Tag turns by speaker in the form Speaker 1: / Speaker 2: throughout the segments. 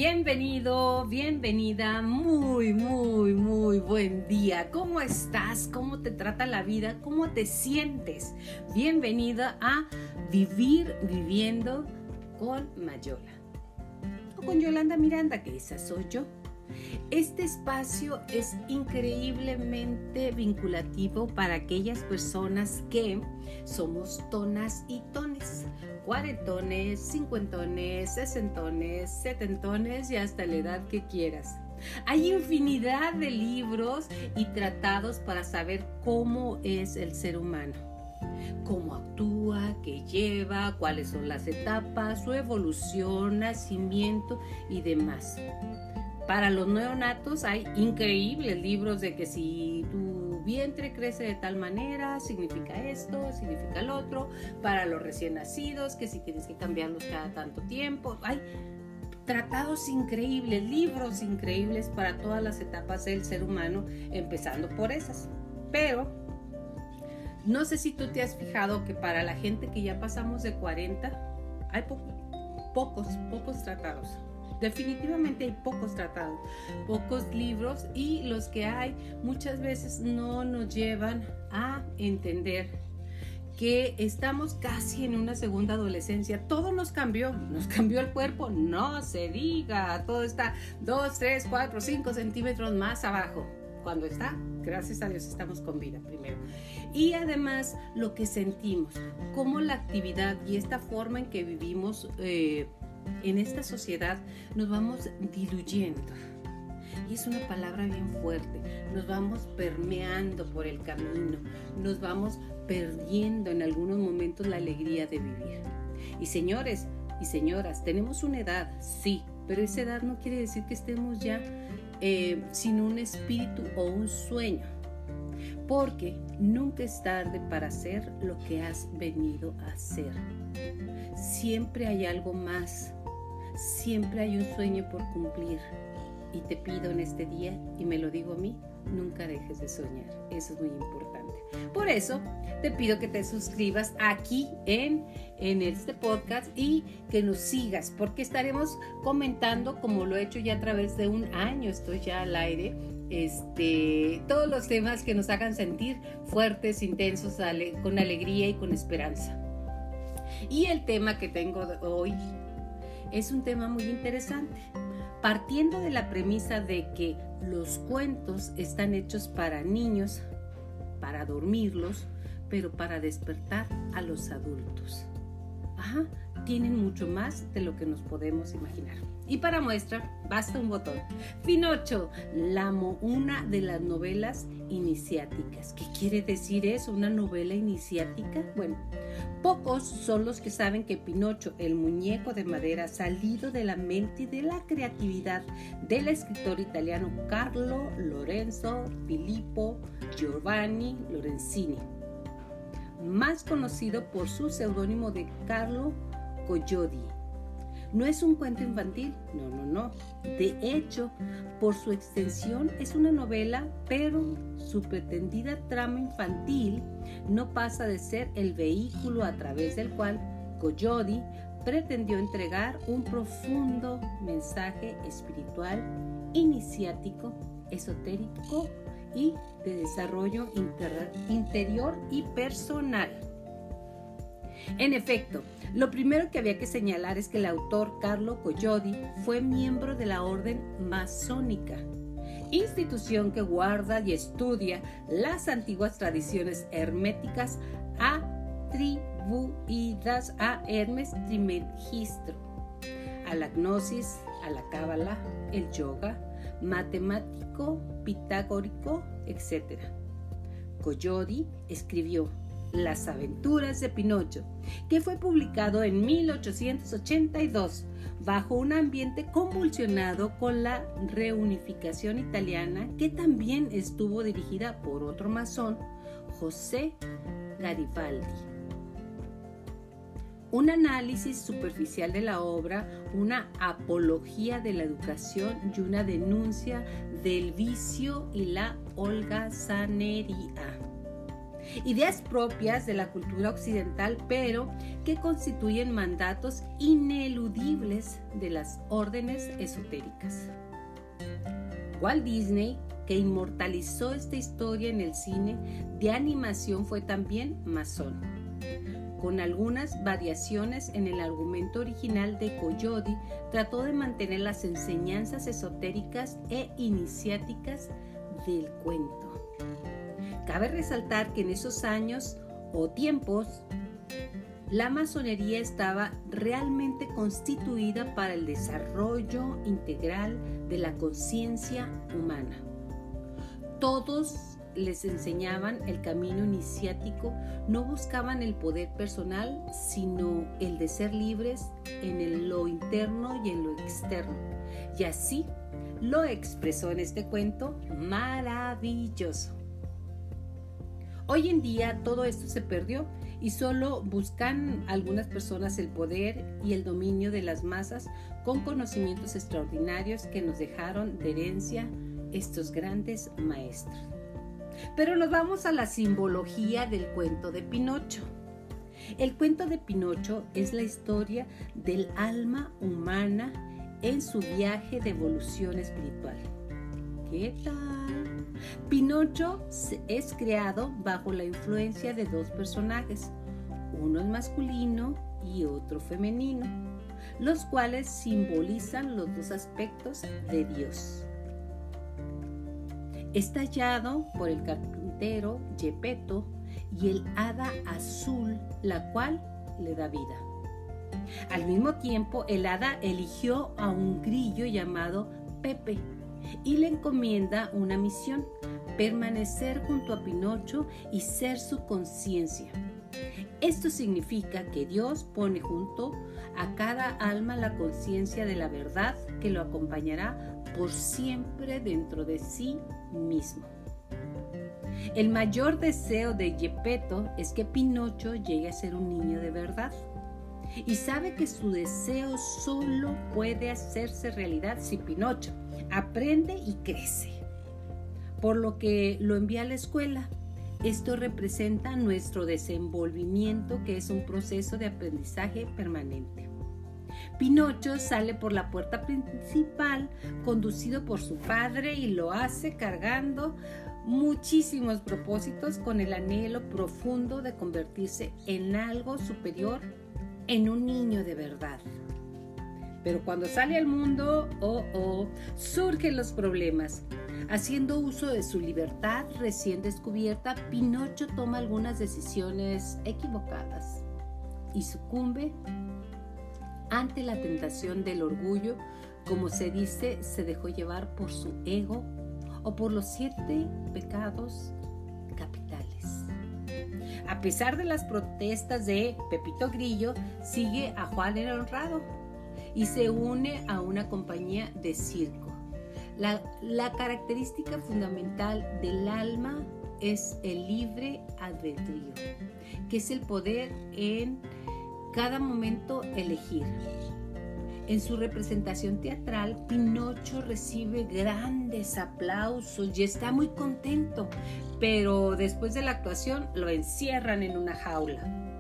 Speaker 1: Bienvenido, bienvenida, muy buen día. ¿Cómo estás? ¿Cómo te trata la vida? ¿Cómo te sientes? Bienvenida a Vivir Viviendo con Mayola o con Yolanda Miranda, que esa soy yo. Este espacio es increíblemente vinculativo para aquellas personas que somos tonas y tones, cuarentones, cincuentones, sesentones, setentones y hasta la edad que quieras. Hay infinidad de libros y tratados para saber cómo es el ser humano, cómo actúa, qué lleva, cuáles son las etapas, su evolución, nacimiento y demás. Para los neonatos hay increíbles libros de que si tu vientre crece de tal manera, significa esto, significa lo otro. Para los recién nacidos, que si tienes que cambiarlos cada tanto tiempo. Hay tratados increíbles, libros increíbles para todas las etapas del ser humano, empezando por esas. Pero no sé si tú te has fijado que para la gente que ya pasamos de 40, hay pocos tratados. Definitivamente hay pocos tratados, pocos libros, y los que hay muchas veces no nos llevan a entender que estamos casi en una segunda adolescencia. Todo nos cambió el cuerpo, no se diga, todo está 2, 3, 4, 5 centímetros más abajo. Cuando está, gracias a Dios estamos con vida primero. Y además lo que sentimos, cómo la actividad y esta forma en que vivimos en esta sociedad nos vamos diluyendo. Y es una palabra bien fuerte. Nos vamos permeando por el camino, nos vamos perdiendo en algunos momentos la alegría de vivir. Y señores y señoras, tenemos una edad, sí, pero esa edad no quiere decir que estemos ya sin un espíritu o un sueño, porque nunca es tarde para hacer lo que has venido a hacer. Siempre hay algo más, siempre hay un sueño por cumplir, y te pido en este día, y me lo digo a mí, nunca dejes de soñar. Eso es muy importante. Por eso te pido que te suscribas aquí en este podcast y que nos sigas, porque estaremos comentando, como lo he hecho ya a través de un año, estoy ya al aire, todos los temas que nos hagan sentir fuertes, intensos, con alegría y con esperanza. Y el tema que tengo hoy es un tema muy interesante, partiendo de la premisa de que los cuentos están hechos para niños, para dormirlos, pero para despertar a los adultos. Tienen mucho más de lo que nos podemos imaginar. Y para muestra, basta un botón. Pinocho, una de las novelas iniciáticas. ¿Qué quiere decir eso? ¿Una novela iniciática? Bueno, pocos son los que saben que Pinocho, el muñeco de madera salido de la mente y de la creatividad del escritor italiano Carlo Lorenzo Filippo Giovanni Lorenzini, más conocido por su seudónimo de Carlo Collodi. No es un cuento infantil, no. De hecho, por su extensión es una novela, pero su pretendida trama infantil no pasa de ser el vehículo a través del cual Collodi pretendió entregar un profundo mensaje espiritual, iniciático, esotérico y de desarrollo interior y personal. En efecto, lo primero que había que señalar es que el autor Carlo Collodi fue miembro de la orden masónica, institución que guarda y estudia las antiguas tradiciones herméticas atribuidas a Hermes Trismegisto, a la gnosis, a la cábala, el yoga, matemático, pitagórico, etc. Collodi escribió Las aventuras de Pinocho, que fue publicado en 1882 bajo un ambiente convulsionado con la reunificación italiana, que también estuvo dirigida por otro masón, José Garibaldi. Un análisis superficial de la obra, una apología de la educación y una denuncia del vicio y la holgazanería. Ideas propias de la cultura occidental, pero que constituyen mandatos ineludibles de las órdenes esotéricas. Walt Disney, que inmortalizó esta historia en el cine de animación, fue también masón, con algunas variaciones en el argumento original de Collodi. Trató de mantener las enseñanzas esotéricas e iniciáticas del cuento. Cabe resaltar que en esos años o tiempos la masonería estaba realmente constituida para el desarrollo integral de la conciencia humana. Todos les enseñaban el camino iniciático, no buscaban el poder personal, sino el de ser libres en lo interno y en lo externo. Y así lo expresó en este cuento maravilloso. Hoy en día todo esto se perdió y solo buscan algunas personas el poder y el dominio de las masas con conocimientos extraordinarios que nos dejaron de herencia estos grandes maestros. Pero nos vamos a la simbología del cuento de Pinocho. El cuento de Pinocho es la historia del alma humana en su viaje de evolución espiritual. ¿Qué tal? Pinocho es creado bajo la influencia de dos personajes, uno es masculino y otro femenino, los cuales simbolizan los dos aspectos de Dios. Es tallado por el carpintero Geppetto y el hada azul, la cual le da vida. Al mismo tiempo, el hada eligió a un grillo llamado Pepe y le encomienda una misión: permanecer junto a Pinocho y ser su conciencia. Esto significa que Dios pone junto a cada alma la conciencia de la verdad que lo acompañará por siempre dentro de sí mismo. El mayor deseo de Geppetto es que Pinocho llegue a ser un niño de verdad, y sabe que su deseo solo puede hacerse realidad si Pinocho aprende y crece, por lo que lo envía a la escuela. Esto representa nuestro desenvolvimiento, que es un proceso de aprendizaje permanente. Pinocho sale por la puerta principal, conducido por su padre, y lo hace cargando muchísimos propósitos, con el anhelo profundo de convertirse en algo superior, en un niño de verdad. Pero cuando sale al mundo, surgen los problemas. Haciendo uso de su libertad recién descubierta, Pinocho toma algunas decisiones equivocadas y sucumbe ante la tentación del orgullo. Como se dice, se dejó llevar por su ego o por los 7 pecados capitales. A pesar de las protestas de Pepito Grillo, sigue a Juan el Honrado y se une a una compañía de circo. La característica fundamental del alma es el libre albedrío, que es el poder en cada momento elegir. En su representación teatral, Pinocho recibe grandes aplausos y está muy contento, pero después de la actuación lo encierran en una jaula.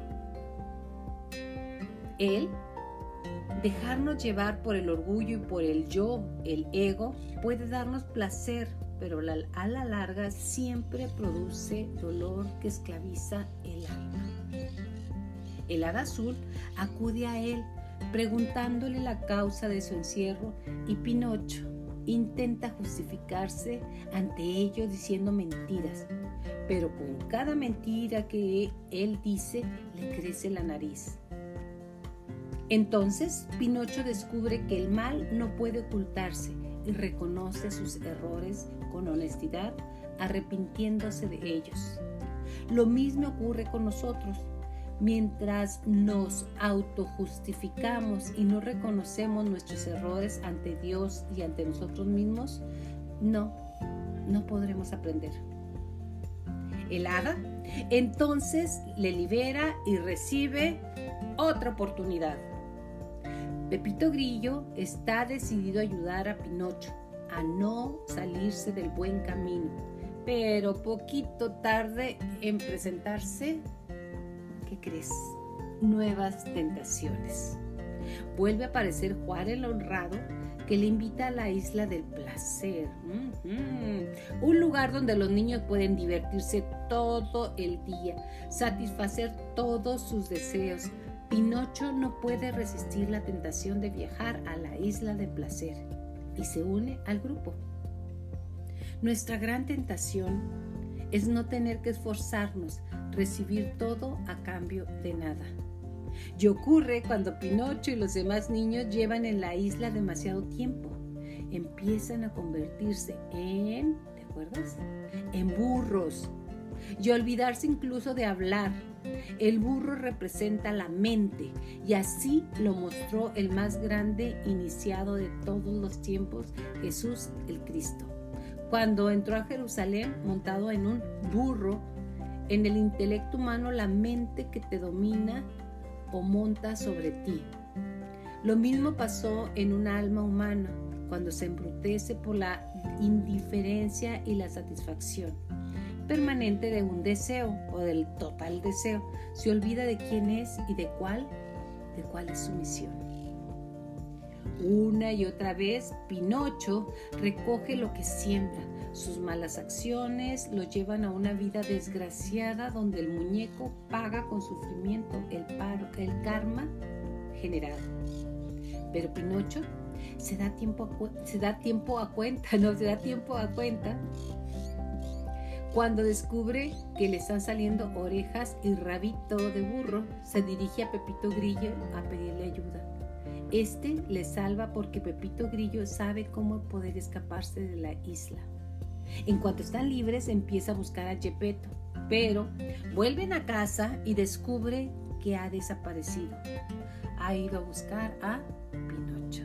Speaker 1: Él, dejarnos llevar por el orgullo y por el yo, el ego, puede darnos placer, pero a la larga siempre produce dolor que esclaviza el alma. El hada azul acude a él preguntándole la causa de su encierro, y Pinocho intenta justificarse ante ello diciendo mentiras, pero con cada mentira que él dice le crece la nariz. Entonces Pinocho descubre que el mal no puede ocultarse y reconoce sus errores con honestidad, arrepintiéndose de ellos. Lo mismo ocurre con nosotros. Mientras nos autojustificamos y no reconocemos nuestros errores ante Dios y ante nosotros mismos, no podremos aprender. El hada entonces le libera y recibe otra oportunidad. Pepito Grillo está decidido a ayudar a Pinocho a no salirse del buen camino, Pero poquito tarde en presentarse, ¿qué crees? Nuevas tentaciones. Vuelve a aparecer Juan el Honrado, que le invita a la isla del placer. Un lugar donde los niños pueden divertirse todo el día, satisfacer todos sus deseos. Pinocho no puede resistir la tentación de viajar a la isla del placer y se une al grupo. Nuestra gran tentación es no tener que esforzarnos, recibir todo a cambio de nada. Y ocurre cuando Pinocho y los demás niños llevan en la isla demasiado tiempo. Empiezan a convertirse en, ¿te acuerdas? En burros. Y olvidarse incluso de hablar. El burro representa la mente, y así lo mostró el más grande iniciado de todos los tiempos, Jesús el Cristo. Cuando entró a Jerusalén montado en un burro, en el intelecto humano, la mente que te domina o monta sobre ti. Lo mismo pasó en un alma humana, cuando se embrutece por la indiferencia y la satisfacción permanente de un deseo o del total deseo. Se olvida de quién es y de cuál es su misión. Una y otra vez, Pinocho recoge lo que siembra. Sus malas acciones lo llevan a una vida desgraciada donde el muñeco paga con sufrimiento el karma generado. Pero Pinocho se da tiempo a cuenta cuando descubre que le están saliendo orejas y rabito de burro. Se dirige a Pepito Grillo a pedirle ayuda. Este le salva porque Pepito Grillo sabe cómo poder escaparse de la isla. En cuanto están libres, empieza a buscar a Geppetto, pero vuelven a casa y descubre que ha desaparecido. Ha ido a buscar a Pinocho.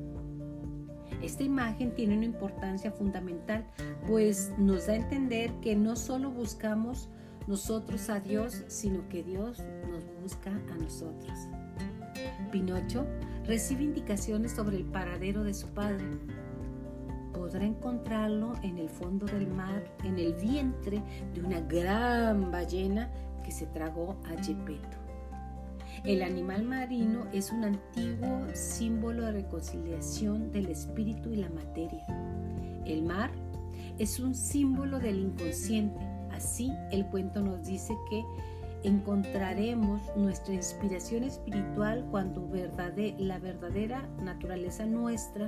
Speaker 1: Esta imagen tiene una importancia fundamental, pues nos da a entender que no solo buscamos nosotros a Dios, sino que Dios nos busca a nosotros. Pinocho recibe indicaciones sobre el paradero de su padre. Podrá encontrarlo en el fondo del mar, en el vientre de una gran ballena que se tragó a Geppetto. El animal marino es un antiguo símbolo de reconciliación del espíritu y la materia. El mar es un símbolo del inconsciente. Así, el cuento nos dice que encontraremos nuestra inspiración espiritual cuando la verdadera naturaleza nuestra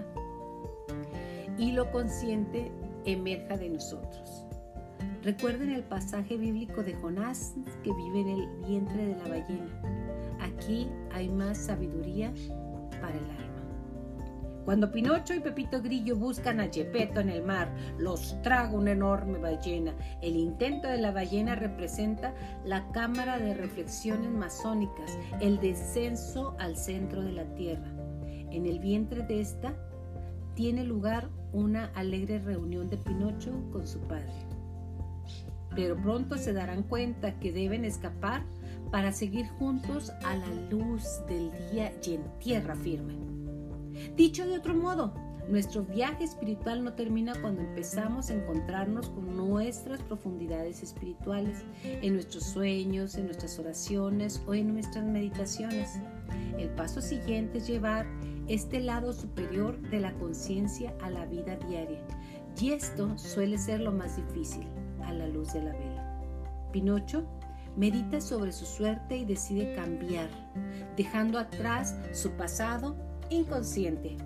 Speaker 1: y lo consciente emerja de nosotros. Recuerden el pasaje bíblico de Jonás, que vive en el vientre de la ballena. Aquí hay más sabiduría para el alma. Cuando Pinocho y Pepito Grillo buscan a Geppetto en el mar, los traga una enorme ballena. El intento de la ballena representa la cámara de reflexiones masónicas, el descenso al centro de la tierra. En el vientre de esta tiene lugar una alegre reunión de Pinocho con su padre. Pero pronto se darán cuenta que deben escapar para seguir juntos a la luz del día y en tierra firme. Dicho de otro modo, nuestro viaje espiritual no termina cuando empezamos a encontrarnos con nuestras profundidades espirituales, en nuestros sueños, en nuestras oraciones o en nuestras meditaciones. El paso siguiente es llevar este lado superior de la conciencia a la vida diaria, y esto suele ser lo más difícil a la luz de la vela. Pinocho medita sobre su suerte y decide cambiar, dejando atrás su pasado inconsciente.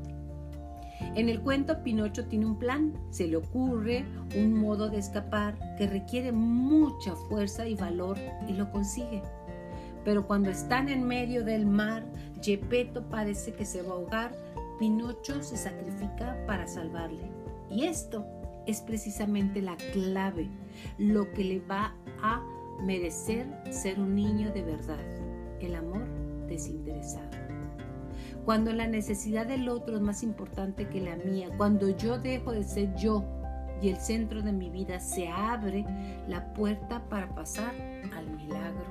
Speaker 1: En el cuento, Pinocho tiene un plan. Se le ocurre un modo de escapar que requiere mucha fuerza y valor y lo consigue. Pero cuando están en medio del mar, Geppetto parece que se va a ahogar. Pinocho se sacrifica para salvarle. Y esto es precisamente la clave, lo que le va a merecer ser un niño de verdad, el amor desinteresado. Cuando la necesidad del otro es más importante que la mía, cuando yo dejo de ser yo y el centro de mi vida, se abre la puerta para pasar al milagro.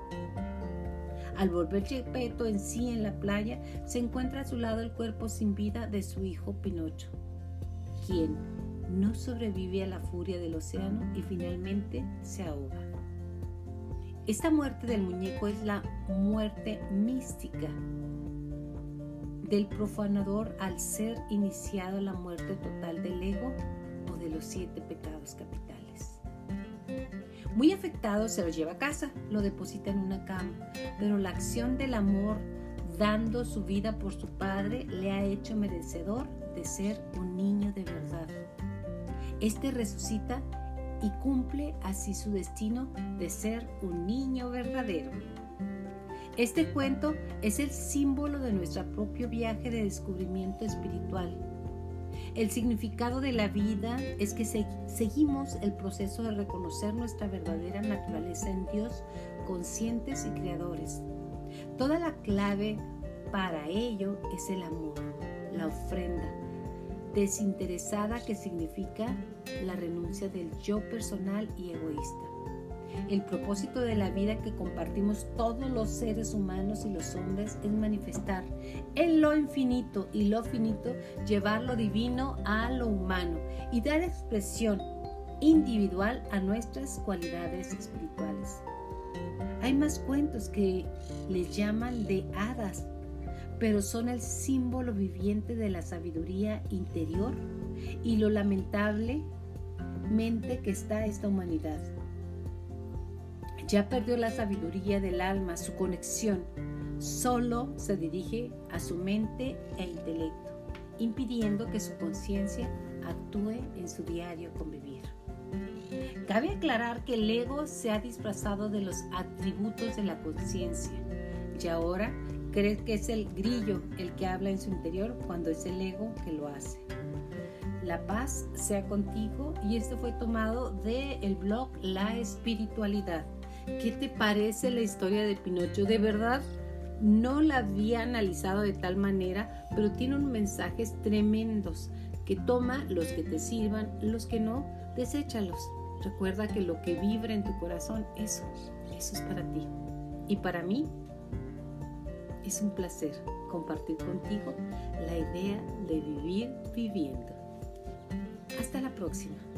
Speaker 1: Al volver Geppetto en sí en la playa, se encuentra a su lado el cuerpo sin vida de su hijo Pinocho, quien no sobrevive a la furia del océano y finalmente se ahoga. Esta muerte del muñeco es la muerte mística del profanador al ser iniciado la muerte total del ego o de los 7 pecados capitales. Muy afectado se lo lleva a casa, lo deposita en una cama, pero la acción del amor dando su vida por su padre le ha hecho merecedor de ser un niño de verdad. Este resucita y cumple así su destino de ser un niño verdadero. Este cuento es el símbolo de nuestro propio viaje de descubrimiento espiritual. El significado de la vida es que seguimos el proceso de reconocer nuestra verdadera naturaleza en Dios, conscientes y creadores. Toda la clave para ello es el amor, la ofrenda desinteresada, que significa la renuncia del yo personal y egoísta. El propósito de la vida que compartimos todos los seres humanos y los hombres es manifestar en lo infinito y lo finito, llevar lo divino a lo humano y dar expresión individual a nuestras cualidades espirituales. Hay más cuentos que les llaman de hadas, pero son el símbolo viviente de la sabiduría interior y lo lamentablemente que está esta humanidad. Ya perdió la sabiduría del alma, su conexión. Solo se dirige a su mente e intelecto, impidiendo que su conciencia actúe en su diario convivir. Cabe aclarar que el ego se ha disfrazado de los atributos de la conciencia y ahora cree que es el grillo el que habla en su interior cuando es el ego que lo hace. La paz sea contigo, y esto fue tomado del blog La Espiritualidad. ¿Qué te parece la historia de Pinocho? De verdad, no la había analizado de tal manera, pero tiene unos mensajes tremendos que toma los que te sirvan, los que no, deséchalos. Recuerda que lo que vibra en tu corazón, eso es para ti. Y para mí, es un placer compartir contigo la idea de vivir viviendo. Hasta la próxima.